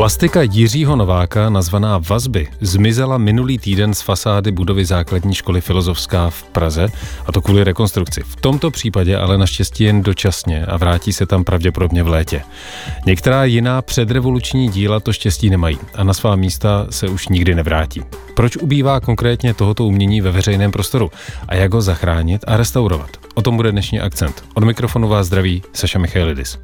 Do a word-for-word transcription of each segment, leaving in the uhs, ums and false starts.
Plastika Jiřího Nováka, nazvaná Vazby, zmizela minulý týden z fasády budovy Základní školy Filozofská v Praze, a to kvůli rekonstrukci. V tomto případě ale naštěstí jen dočasně a vrátí se tam pravděpodobně v létě. Některá jiná předrevoluční díla to štěstí nemají a na svá místa se už nikdy nevrátí. Proč ubývá konkrétně tohoto umění ve veřejném prostoru a jak ho zachránit a restaurovat? O tom bude dnešní akcent. Od mikrofonu vás zdraví Saša Michailidis.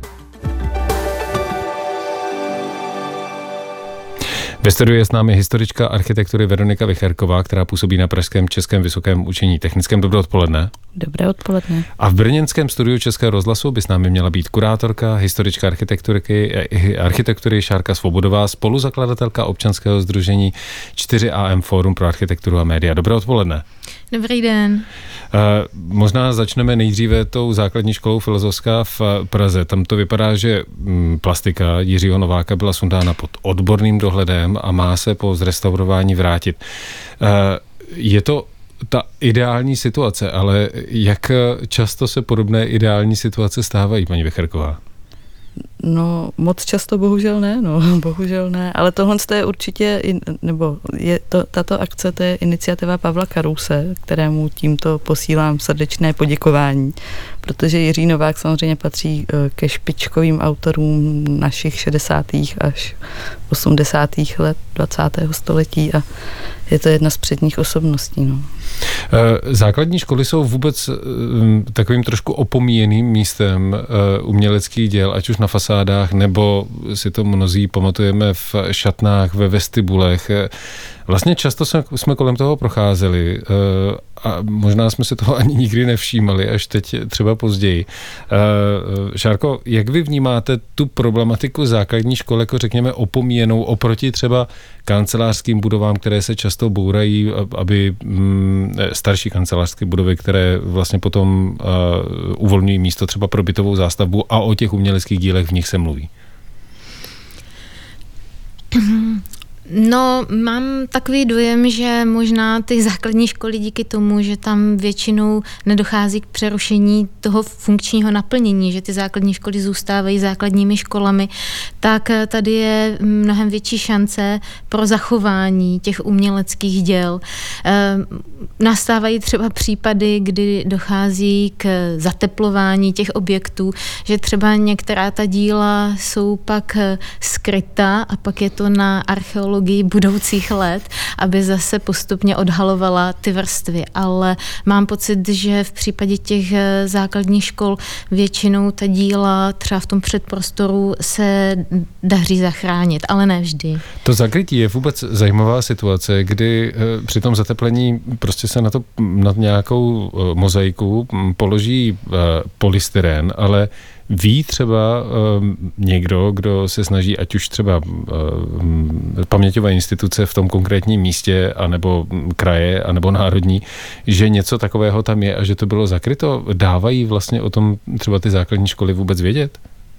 Ve studiu je s námi historička architektury Veronika Vicherková, která působí na Pražském Českém vysokém učení technickém. Dobré odpoledne. Dobré odpoledne. A v brněnském studiu Českého rozhlasu by s námi měla být kurátorka, historička architektury, architektury Šárka Svobodová, spoluzakladatelka občanského sdružení čtyři A M Fórum pro architekturu a média. Dobré odpoledne. Dobrý den. Uh, možná začneme nejdříve tou Základní školou Filozofská v Praze. Tam to vypadá, že mm, plastika Jiřího Nováka byla sundána pod odborným dohledem a má se po zrestaurování vrátit. Uh, je to ta ideální situace, ale jak často se podobné ideální situace stávají, paní Vicherková? No, moc často bohužel ne, no, bohužel ne, ale tohle je určitě, nebo je to, tato akce, to je iniciativa Pavla Karouse, kterému tímto posílám srdečné poděkování, protože Jiří Novák samozřejmě patří ke špičkovým autorům našich šedesátých až osmdesátých let dvacátého století a je to jedna z předních osobností, no. Základní školy jsou vůbec takovým trošku opomíjeným místem uměleckých děl, ať už na fasádách, nebo si to mnozí pamatujeme v šatnách, ve vestibulech. Vlastně často jsme kolem toho procházeli a možná jsme se toho ani nikdy nevšímali, až teď třeba později. Šárko, jak vy vnímáte tu problematiku základní školy, jako řekněme opomíjenou oproti třeba kancelářským budovám, které se často bourají, aby starší kancelářské budovy, které vlastně potom uvolňují místo třeba pro bytovou zástavbu a o těch uměleckých dílech v nich se mluví? No, mám takový dojem, že možná ty základní školy díky tomu, že tam většinou nedochází k přerušení toho funkčního naplnění, že ty základní školy zůstávají základními školami, tak tady je mnohem větší šance pro zachování těch uměleckých děl. E, nastávají třeba případy, kdy dochází k zateplování těch objektů, že třeba některá ta díla jsou pak skryta a pak je to na archeologii budoucích let, aby zase postupně odhalovala ty vrstvy. Ale mám pocit, že v případě těch základních škol většinou ta díla třeba v tom předprostoru se daří zachránit, ale ne vždy. To zakrytí je vůbec zajímavá situace, kdy při tom zateplení prostě se na to na nějakou mozaiku položí polystyren, ale ví třeba um, někdo, kdo se snaží, ať už třeba um, paměťové instituce v tom konkrétním místě, anebo kraje, anebo národní, že něco takového tam je a že to bylo zakryto? Dávají vlastně o tom třeba ty základní školy vůbec vědět?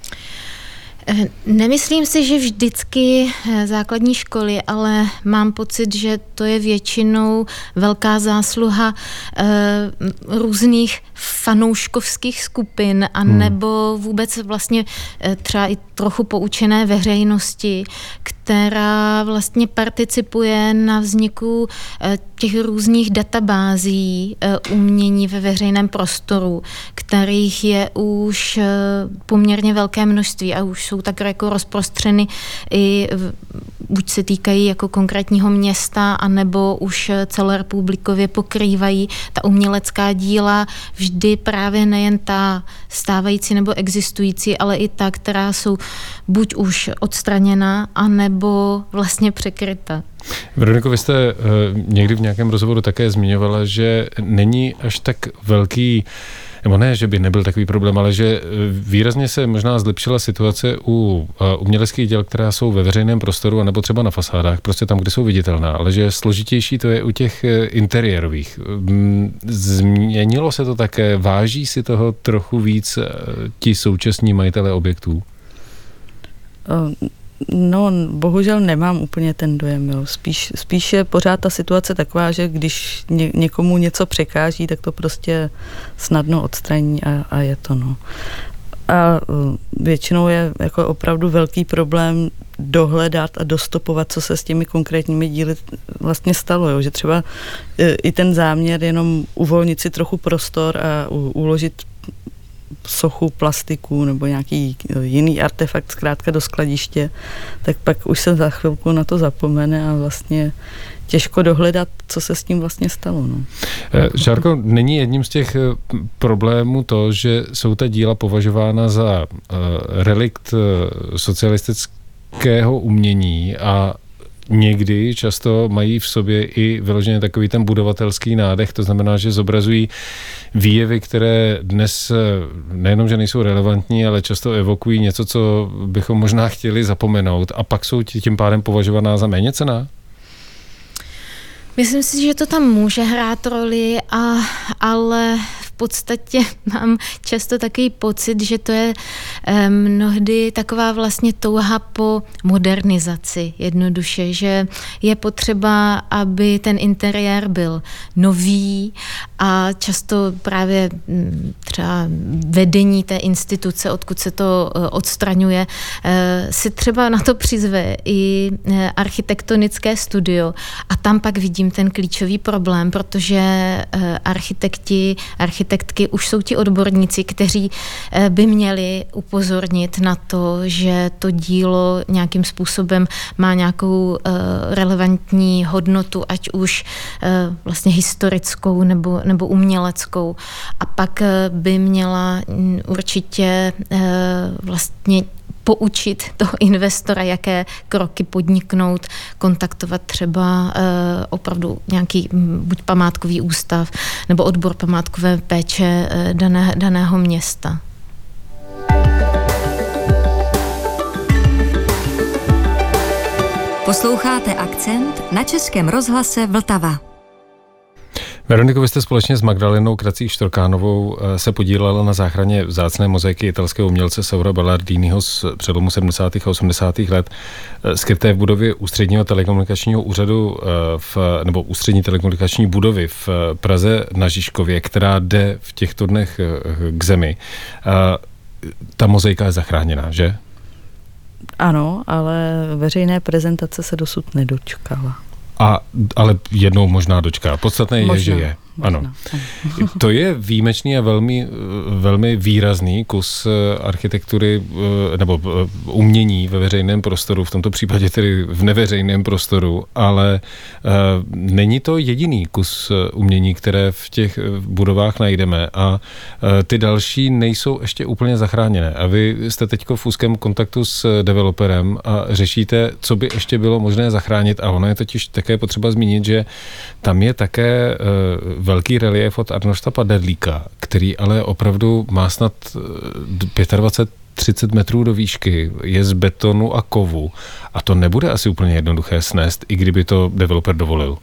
Nemyslím si, že vždycky základní školy, ale mám pocit, že to je většinou velká zásluha e, různých fanouškovských skupin a hmm. nebo vůbec vlastně e, třeba i trochu poučené veřejnosti, která vlastně participuje na vzniku e, těch různých databází e, umění ve veřejném prostoru, kterých je už e, poměrně velké množství a už jsou tak jako rozprostřeny i buď se týkají jako konkrétního města, anebo už celorepublikově pokrývají ta umělecká díla vždy právě nejen ta stávající nebo existující, ale i ta, která jsou buď už odstraněna, anebo vlastně překryta. Veroniko, vy jste uh, někdy v nějakém rozhovoru také zmiňovala, že není až tak velký, nebo ne, že by nebyl takový problém, ale že výrazně se možná zlepšila situace u uh, uměleckých děl, která jsou ve veřejném prostoru, anebo třeba na fasádách, prostě tam, kde jsou viditelná, ale že složitější to je u těch uh, interiérových. Změnilo se to také? Váží si toho trochu víc uh, ti současní majitelé objektů? Uh. No, bohužel nemám úplně ten dojem, jo. Spíš, spíš je pořád ta situace taková, že když ně, někomu něco překáží, tak to prostě snadno odstraní a, a je to, no. A většinou je jako opravdu velký problém dohledat a dostopovat, co se s těmi konkrétními díly vlastně stalo. Jo? Že třeba i ten záměr jenom uvolnit si trochu prostor a uložit sochu, plastiku nebo nějaký jiný artefakt zkrátka do skladiště, tak pak už se za chvilku na to zapomene a vlastně těžko dohledat, co se s tím vlastně stalo. No. Šárko, není jedním z těch problémů to, že jsou ta díla považována za uh, relikt uh, socialistického umění a někdy často mají v sobě i vyloženě takový ten budovatelský nádech, to znamená, že zobrazují výjevy, které dnes nejenom, že nejsou relevantní, ale často evokují něco, co bychom možná chtěli zapomenout a pak jsou tím pádem považovaná za méněcenná? Myslím si, že to tam může hrát roli, a, ale v podstatě mám často takový pocit, že to je eh, mnohdy taková vlastně touha po modernizaci jednoduše, že je potřeba, aby ten interiér byl nový a často právě třeba vedení té instituce, odkud se to eh, odstraňuje, eh, si třeba na to přizve i eh, architektonické studio a tam pak vidím ten klíčový problém, protože eh, architekti, architektky už jsou ti odborníci, kteří eh, by měli upozornit na to, že to dílo nějakým způsobem má nějakou eh, relevantní hodnotu, ať už eh, vlastně historickou nebo, nebo uměleckou. A pak eh, by měla mm, určitě eh, vlastně poučit toho investora, jaké kroky podniknout, kontaktovat třeba e, opravdu nějaký buď památkový ústav nebo odbor památkové péče e, dané, daného města. Posloucháte Akcent na Českém rozhlase Vltava. Veroniko, vy jste společně s Magdalenou Krací-Štorkánovou se podílela na záchraně vzácné mozaiky italského umělce Saura Ballardiniho z přelomu sedmdesátých a osmdesátých let, skryté v budově ústředního telekomunikačního úřadu v, nebo ústřední telekomunikační budovy v Praze na Žižkově, která jde v těchto dnech k zemi. Ta mozaika je zachráněná, že? Ano, ale veřejné prezentace se dosud nedočkala. A, ale jednou možná dočká. Podstatné je, možná, že je. Ano. Možná. To je výjimečný a velmi, velmi výrazný kus architektury nebo umění ve veřejném prostoru, v tomto případě tedy v neveřejném prostoru, ale není to jediný kus umění, které v těch budovách najdeme a ty další nejsou ještě úplně zachráněné. A vy jste teďko v úzkém kontaktu s developerem a řešíte, co by ještě bylo možné zachránit a ono je totiž také potřeba zmínit, že tam je také velký reliéf od Arnošta Paderlíka, který ale opravdu má snad dvacet pět třicet metrů do výšky, je z betonu a kovu a to nebude asi úplně jednoduché snést, i kdyby to developer dovolil.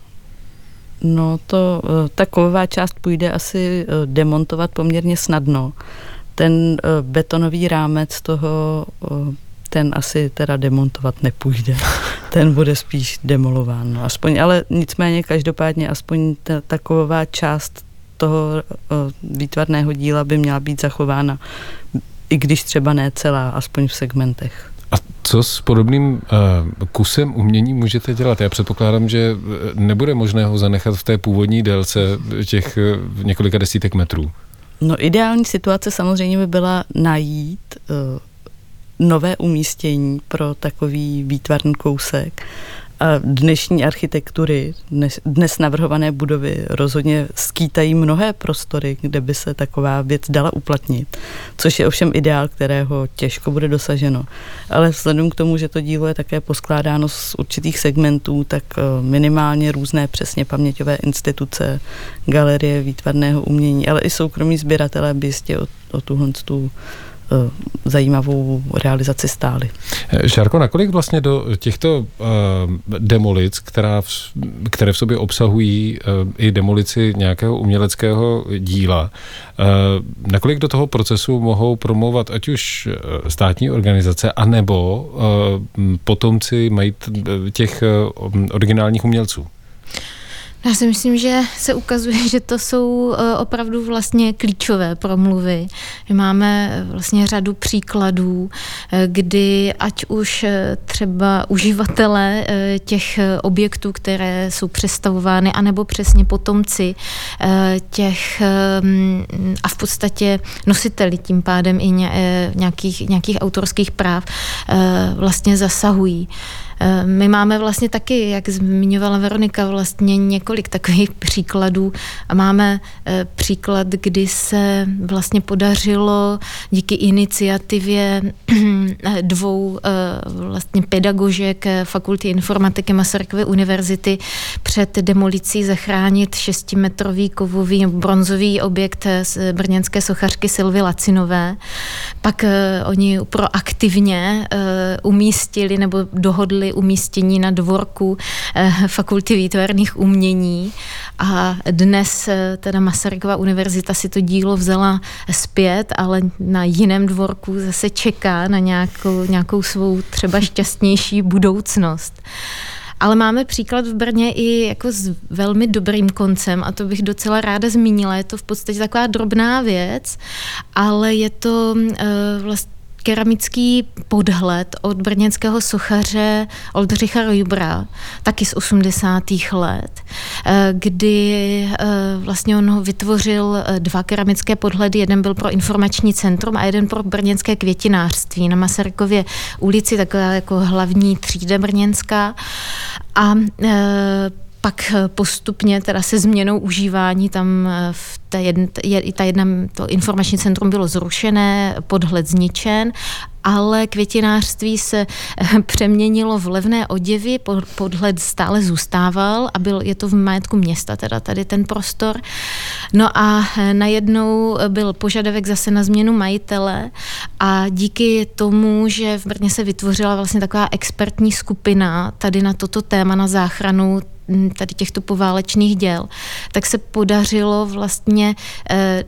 No to, ta kovová část půjde asi demontovat poměrně snadno. Ten betonový rámec toho, ten asi teda demontovat nepůjde. Ten bude spíš demolován. No. Aspoň, ale nicméně každopádně aspoň ta, ta kovová část toho o, výtvarného díla by měla být zachována, i když třeba ne celá, aspoň v segmentech. A co s podobným uh, kusem umění můžete dělat? Já předpokládám, že nebude možné ho zanechat v té původní délce těch uh, několika desítek metrů. No ideální situace samozřejmě by byla najít uh, nové umístění pro takový výtvarný kousek. A dnešní architektury, dnes, dnes navrhované budovy rozhodně skýtají mnohé prostory, kde by se taková věc dala uplatnit, což je ovšem ideál, kterého těžko bude dosaženo. Ale vzhledem k tomu, že to dílo je také poskládáno z určitých segmentů, tak minimálně různé přesně paměťové instituce, galerie výtvarného umění, ale i soukromí sběratelé by jistě o, o tuhle tu zajímavou realizaci stály. Šárko, nakolik vlastně do těchto uh, demolic, která v, které v sobě obsahují uh, i demolici nějakého uměleckého díla, uh, nakolik do toho procesu mohou promluvat ať už státní organizace, anebo uh, potomci mají těch uh, originálních umělců? Já si myslím, že se ukazuje, že to jsou opravdu vlastně klíčové promluvy. Máme vlastně řadu příkladů, kdy ať už třeba uživatelé těch objektů, které jsou přestavovány, anebo přesně potomci těch a v podstatě nositeli tím pádem i nějakých, nějakých autorských práv vlastně zasahují. My máme vlastně taky, jak zmiňovala Veronika, vlastně několik takových příkladů a máme příklad, kdy se vlastně podařilo díky iniciativě dvou vlastně pedagožek Fakulty informatiky Masarykovy univerzity před demolicí zachránit šestimetrový kovový bronzový objekt z brněnské sochařky Sylvy Lacinové. Pak oni proaktivně umístili nebo dohodli umístění na dvorku Fakulty výtvarných umění a dnes teda Masarykova univerzita si to dílo vzala zpět, ale na jiném dvorku zase čeká na nějakou, nějakou svou třeba šťastnější budoucnost. Ale máme příklad v Brně i jako s velmi dobrým koncem a to bych docela ráda zmínila. Je to v podstatě taková drobná věc, ale je to uh, vlastně keramický podhled od brněnského sochaře Oldřicha Rojbra, taky z osmdesátých let, kdy vlastně on vytvořil dva keramické podhledy, jeden byl pro informační centrum a jeden pro brněnské květinářství na Masarykově ulici, taková jako hlavní třída brněnská. A pak postupně teda se změnou užívání tam v té jedn, je, ta jedna, to informační centrum bylo zrušené, podhled zničen, ale květinářství se přeměnilo v levné oděvy, podhled stále zůstával a byl, je to v majetku města, teda tady ten prostor. No a najednou byl požadavek zase na změnu majitele a díky tomu, že v Brně se vytvořila vlastně taková expertní skupina tady na toto téma, na záchranu tady těchto poválečných děl, tak se podařilo vlastně eh,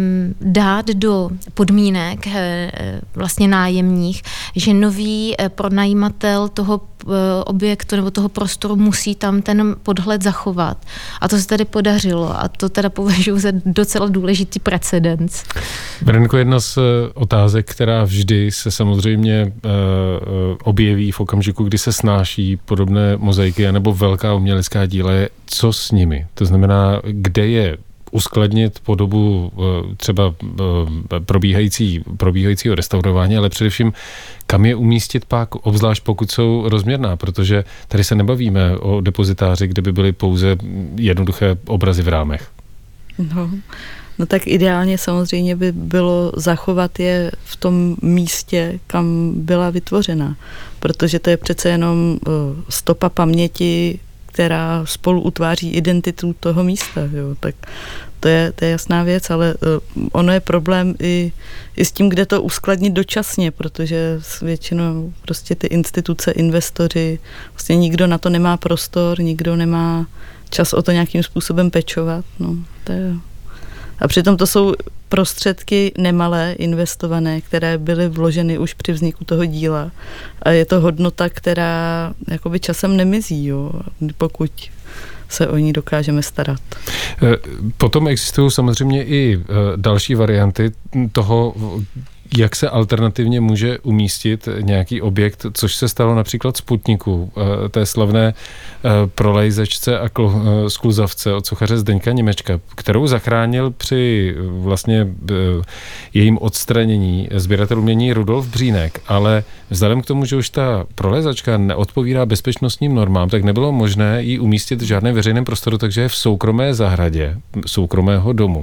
dát do podmínek eh, vlastně nájemních, že nový eh, pronajímatel toho eh, objektu nebo toho prostoru musí tam ten podhled zachovat. A to se tady podařilo a to teda považuji za docela důležitý precedens. Veroniko, jedna z otázek, která vždy se samozřejmě eh, objeví v okamžiku, kdy se snáší podobné mozaiky anebo velká umělecká díla, je, co s nimi. To znamená, kde je uskladnit po dobu třeba probíhající, probíhajícího restaurování, ale především kam je umístit pak, obzvlášť pokud jsou rozměrná, protože tady se nebavíme o depozitáři, kde by byly pouze jednoduché obrazy v rámech. No, no tak ideálně samozřejmě by bylo zachovat je v tom místě, kam byla vytvořena, protože to je přece jenom stopa paměti, která spolu utváří identitu toho místa. Jo. Tak to je, to je jasná věc, ale uh, ono je problém i, i s tím, kde to uskladnit dočasně, protože většinou prostě ty instituce, investoři, vlastně nikdo na to nemá prostor, nikdo nemá čas o to nějakým způsobem pečovat. No, to je... A přitom to jsou prostředky nemalé, investované, které byly vloženy už při vzniku toho díla. A je to hodnota, která jakoby časem nemizí, jo, pokud se o ní dokážeme starat. Potom existují samozřejmě i další varianty toho, jak se alternativně může umístit nějaký objekt, což se stalo například Sputniku, té slavné prolejzečce a skluzavce od sochaře Zdeňka Němečka, kterou zachránil při vlastně jejím odstranění sběratel umění Rudolf Břínek, ale vzhledem k tomu, že už ta prolejzačka neodpovídá bezpečnostním normám, tak nebylo možné ji umístit v žádném veřejném prostoru, takže je v soukromé zahradě, soukromého domu.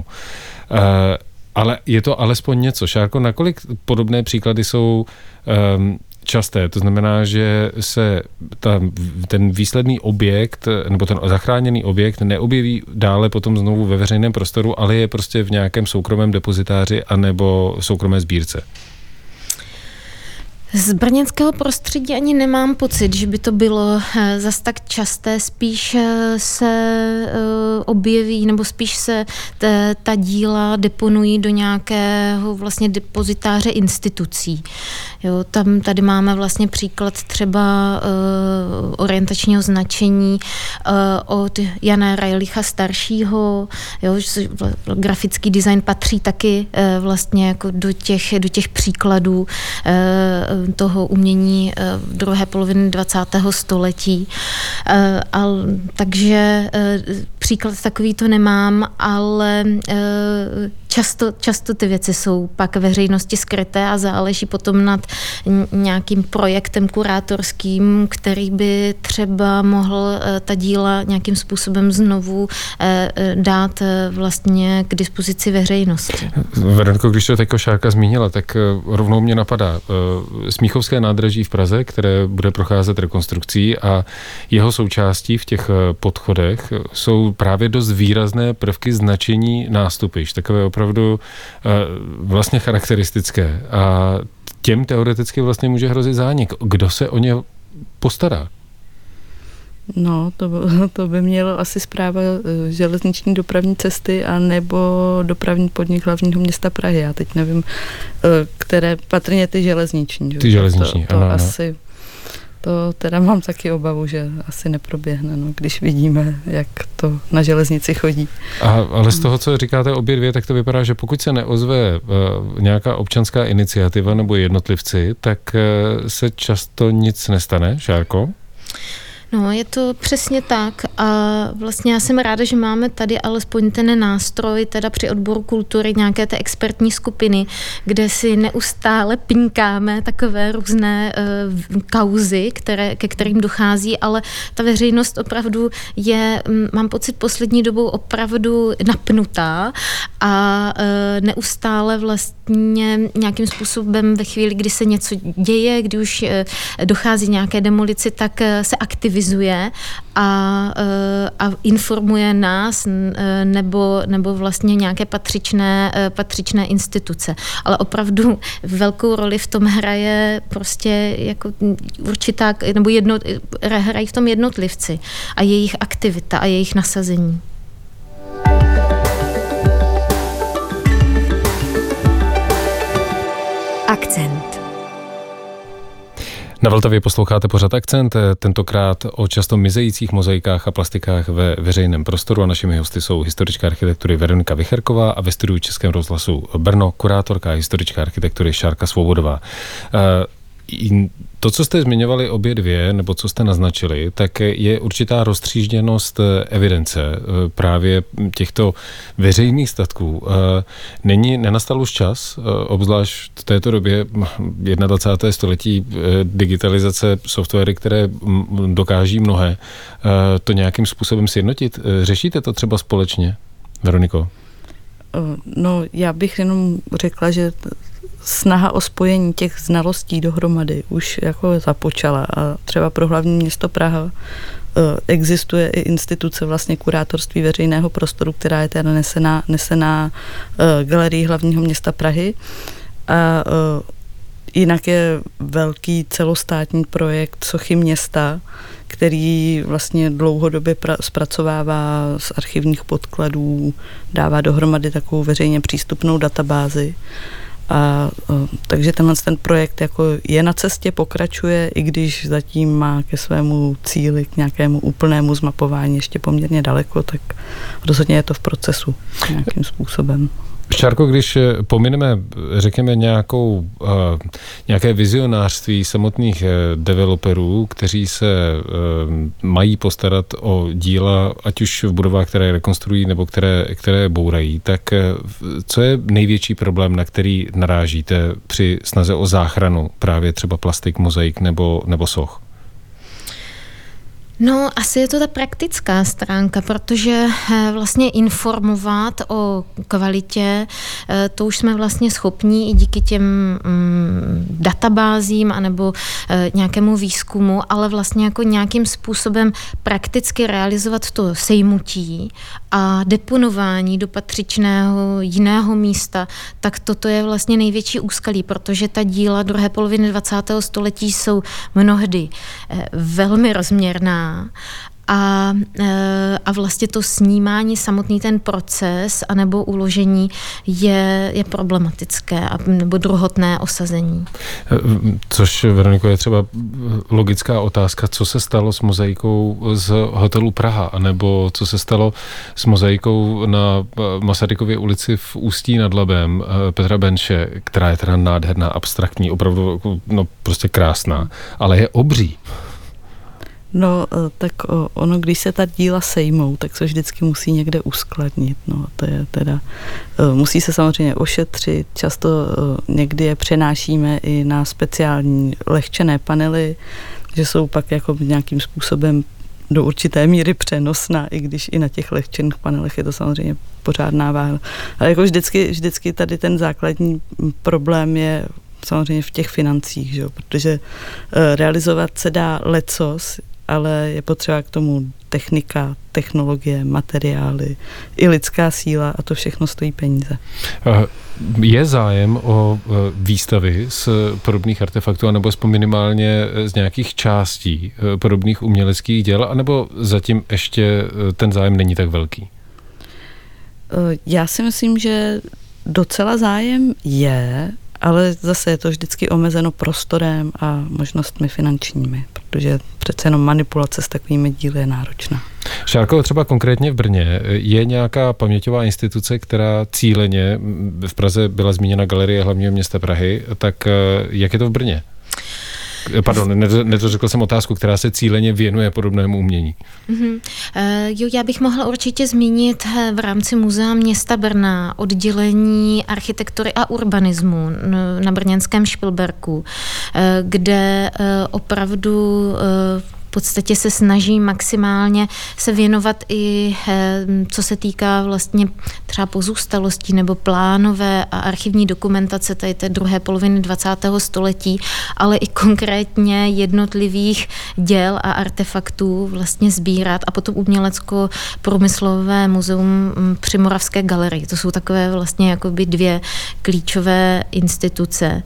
Ale je to alespoň něco. Šárko, nakolik podobné příklady jsou um, časté? To znamená, že se ta, ten výsledný objekt, nebo ten zachráněný objekt neobjeví dále potom znovu ve veřejném prostoru, ale je prostě v nějakém soukromém depozitáři anebo soukromé sbírce. Z brněnského prostředí ani nemám pocit, že by to bylo zas tak časté, spíš se objeví, nebo spíš se t, ta díla deponují do nějakého vlastně depozitáře institucí. Jo, tam tady máme vlastně příklad třeba uh, orientačního značení uh, od Jana Rajlicha staršího, jo, grafický design patří taky uh, vlastně jako do těch, do těch příkladů uh, toho umění v druhé polovině dvacátého století. A, takže příklad takový to nemám, ale často, často ty věci jsou pak veřejnosti skryté a záleží potom nad nějakým projektem kurátorským, který by třeba mohl ta díla nějakým způsobem znovu dát vlastně k dispozici veřejnosti. Veroniko, když to teďko Šárka zmínila, tak rovnou mě napadá Smíchovské nádraží v Praze, které bude procházet rekonstrukcí a jeho součástí v těch podchodech jsou právě dost výrazné prvky značení nástupišť, takové opravdu vlastně charakteristické a těm teoreticky vlastně může hrozit zánik. Kdo se o ně postará? No, to, to by mělo asi správa železniční dopravní cesty a nebo dopravní podnik hlavního města Prahy. Já teď nevím, které patrně ty železniční. Ty železniční, to, to ano, asi, to teda mám taky obavu, že asi neproběhne, no, když vidíme, jak to na železnici chodí. A, ale z toho, co říkáte obě dvě, tak to vypadá, že pokud se neozve uh, nějaká občanská iniciativa nebo jednotlivci, tak uh, se často nic nestane, Šárko? No, je to přesně tak a vlastně já jsem ráda, že máme tady alespoň ten nástroj teda při odboru kultury nějaké té expertní skupiny, kde si neustále pinkáme takové různé uh, kauzy, které, ke kterým dochází, ale ta veřejnost opravdu je, mám pocit, poslední dobou opravdu napnutá a uh, neustále vlastně nějakým způsobem ve chvíli, kdy se něco děje, kdy už uh, dochází nějaké demolici, tak uh, se aktivizuje a, a informuje nás nebo, nebo vlastně nějaké patřičné, patřičné instituce. Ale opravdu velkou roli v tom hraje prostě jako určitá, nebo jedno, hrají v tom jednotlivci a jejich aktivita a jejich nasazení. Akcent. Na Vltavě posloucháte pořad Akcent, tentokrát o často mizejících mozaikách a plastikách ve veřejném prostoru a našimi hosty jsou historička architektury Veronika Wicherková a ve studiu Českém rozhlasu Brno kurátorka a historička architektury Šárka Svobodová. To, co jste zmiňovali obě dvě, nebo co jste naznačili, tak je určitá roztřížděnost evidence právě těchto veřejných statků. Není, nenastal už čas, obzvlášť v této době dvacátého prvního století digitalizace softwary, které dokáží mnohé, to nějakým způsobem sjednotit? Řešíte to třeba společně, Veroniko? No, já bych jenom řekla, že snaha o spojení těch znalostí dohromady už jako započala a třeba pro hlavní město Praha existuje i instituce vlastně kurátorství veřejného prostoru, která je teda nesená, nesená galerii hlavního města Prahy a jinak je velký celostátní projekt Sochy města, který vlastně dlouhodobě pra- zpracovává z archivních podkladů, dává dohromady takovou veřejně přístupnou databázi. A, takže tenhle ten projekt jako je na cestě, pokračuje, i když zatím má ke svému cíli, k nějakému úplnému zmapování ještě poměrně daleko, tak rozhodně je to v procesu nějakým způsobem. Šárko, když pomineme, řekněme, nějakou, uh, nějaké vizionářství samotných developerů, kteří se uh, mají postarat o díla, ať už v budovách, které rekonstruují nebo které, které bourají, tak uh, co je největší problém, na který narážíte při snaze o záchranu právě třeba plastik, mozaik nebo, nebo soch? No, asi je to ta praktická stránka, protože vlastně informovat o kvalitě, to už jsme vlastně schopní i díky těm mm, databázím anebo e, nějakému výzkumu, ale vlastně jako nějakým způsobem prakticky realizovat to sejmutí a deponování do patřičného jiného místa, tak toto je vlastně největší úskalí, protože ta díla druhé poloviny dvacátého století jsou mnohdy e, velmi rozměrná a, a vlastně to snímání, samotný ten proces anebo uložení je, je problematické nebo druhotné osazení. Což, Veroniko, je třeba logická otázka, co se stalo s mozaikou z hotelu Praha, anebo co se stalo s mozaikou na Masarykově ulici v Ústí nad Labem Petra Benše, která je teda nádherná, abstraktní, opravdu no, prostě krásná, ale je obří. No, tak ono, když se ta díla sejmou, tak se vždycky musí někde uskladnit. No, to je teda, musí se samozřejmě ošetřit, často někdy je přenášíme i na speciální lehčené panely, že jsou pak jako nějakým způsobem do určité míry přenosná, i když i na těch lehčených panelech je to samozřejmě pořádná váha. Ale jako vždycky, vždycky tady ten základní problém je samozřejmě v těch financích, že? Protože realizovat se dá lecos, ale je potřeba k tomu technika, technologie, materiály, i lidská síla a to všechno stojí peníze. Je zájem o výstavy z podobných artefaktů, anebo aspoň minimálně z nějakých částí podobných uměleckých děl, anebo zatím ještě ten zájem není tak velký? Já si myslím, že docela zájem je, ale zase je to vždycky omezeno prostorem a možnostmi finančními, protože přece jenom manipulace s takovými díly je náročná. Šárko, třeba konkrétně v Brně je nějaká paměťová instituce, která cíleně, v Praze byla zmíněna Galerie hlavního města Prahy, tak jak je to v Brně? Pardon, nedořekl jsem otázku, která se cíleně věnuje podobnému umění. Mm-hmm. Uh, jo, já bych mohla určitě zmínit v rámci Muzea města Brna oddělení architektury a urbanismu na brněnském Špilberku, uh, kde uh, opravdu uh, v podstatě se snaží maximálně se věnovat i co se týká vlastně třeba pozůstalostí nebo plánové a archivní dokumentace tady té druhé poloviny dvacátého století, ale i konkrétně jednotlivých děl a artefaktů vlastně sbírat a potom umělecko-průmyslové muzeum při Moravské galerii. To jsou takové vlastně jakoby dvě klíčové instituce.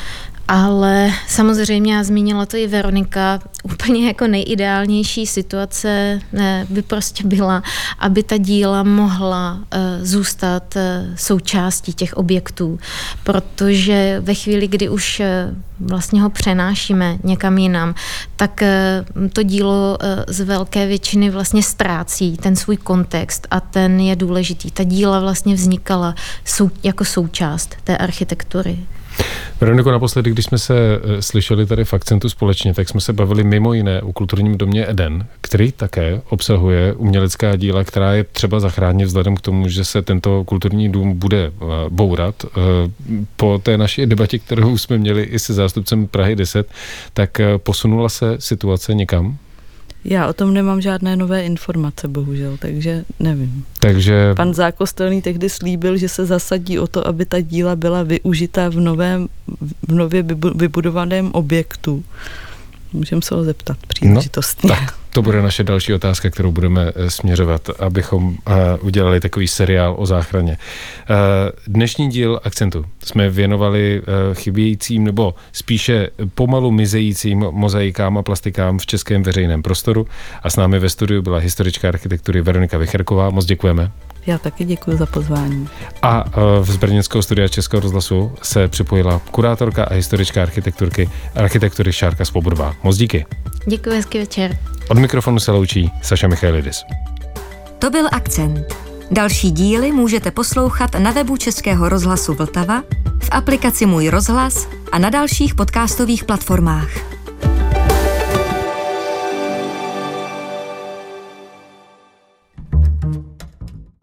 Ale samozřejmě, já zmínila to i Veronika, úplně jako nejideálnější situace by prostě byla, aby ta díla mohla zůstat součástí těch objektů, protože ve chvíli, kdy už vlastně ho přenášíme někam jinam, tak to dílo z velké většiny vlastně ztrácí ten svůj kontext a ten je důležitý. Ta díla vlastně vznikala sou, jako součást té architektury. Veroniko, naposledy, když jsme se slyšeli tady v Akcentu společně, tak jsme se bavili mimo jiné o kulturním domě Eden, který také obsahuje umělecká díla, která je třeba zachránit vzhledem k tomu, že se tento kulturní dům bude bourat. Po té naší debatě, kterou jsme měli i se zástupcem Prahy deset, tak posunula se situace někam? Já o tom nemám žádné nové informace, bohužel, takže nevím. Takže... Pan Zákostelný tehdy slíbil, že se zasadí o to, aby ta díla byla využita v, novém, v nově vybudovaném objektu. Můžeme se ho zeptat příležitostně. No, tak to bude naše další otázka, kterou budeme směřovat, abychom uh, udělali takový seriál o záchraně. Uh, dnešní díl Akcentu jsme věnovali uh, chybějícím nebo spíše pomalu mizejícím mozaikám a plastikám v českém veřejném prostoru a s námi ve studiu byla historička architektury Veronika Vicherková. Moc děkujeme. Já taky děkuji za pozvání. A uh, z brněnského studia Českého rozhlasu se připojila kurátorka a historička architekturky, architektury Šárka Svobodová. Moc díky. Děkuji, hezký večer. Od mikrofonu se loučí Saša Michailidis. To byl Akcent. Další díly můžete poslouchat na webu Českého rozhlasu Vltava, v aplikaci Můj rozhlas a na dalších podcastových platformách.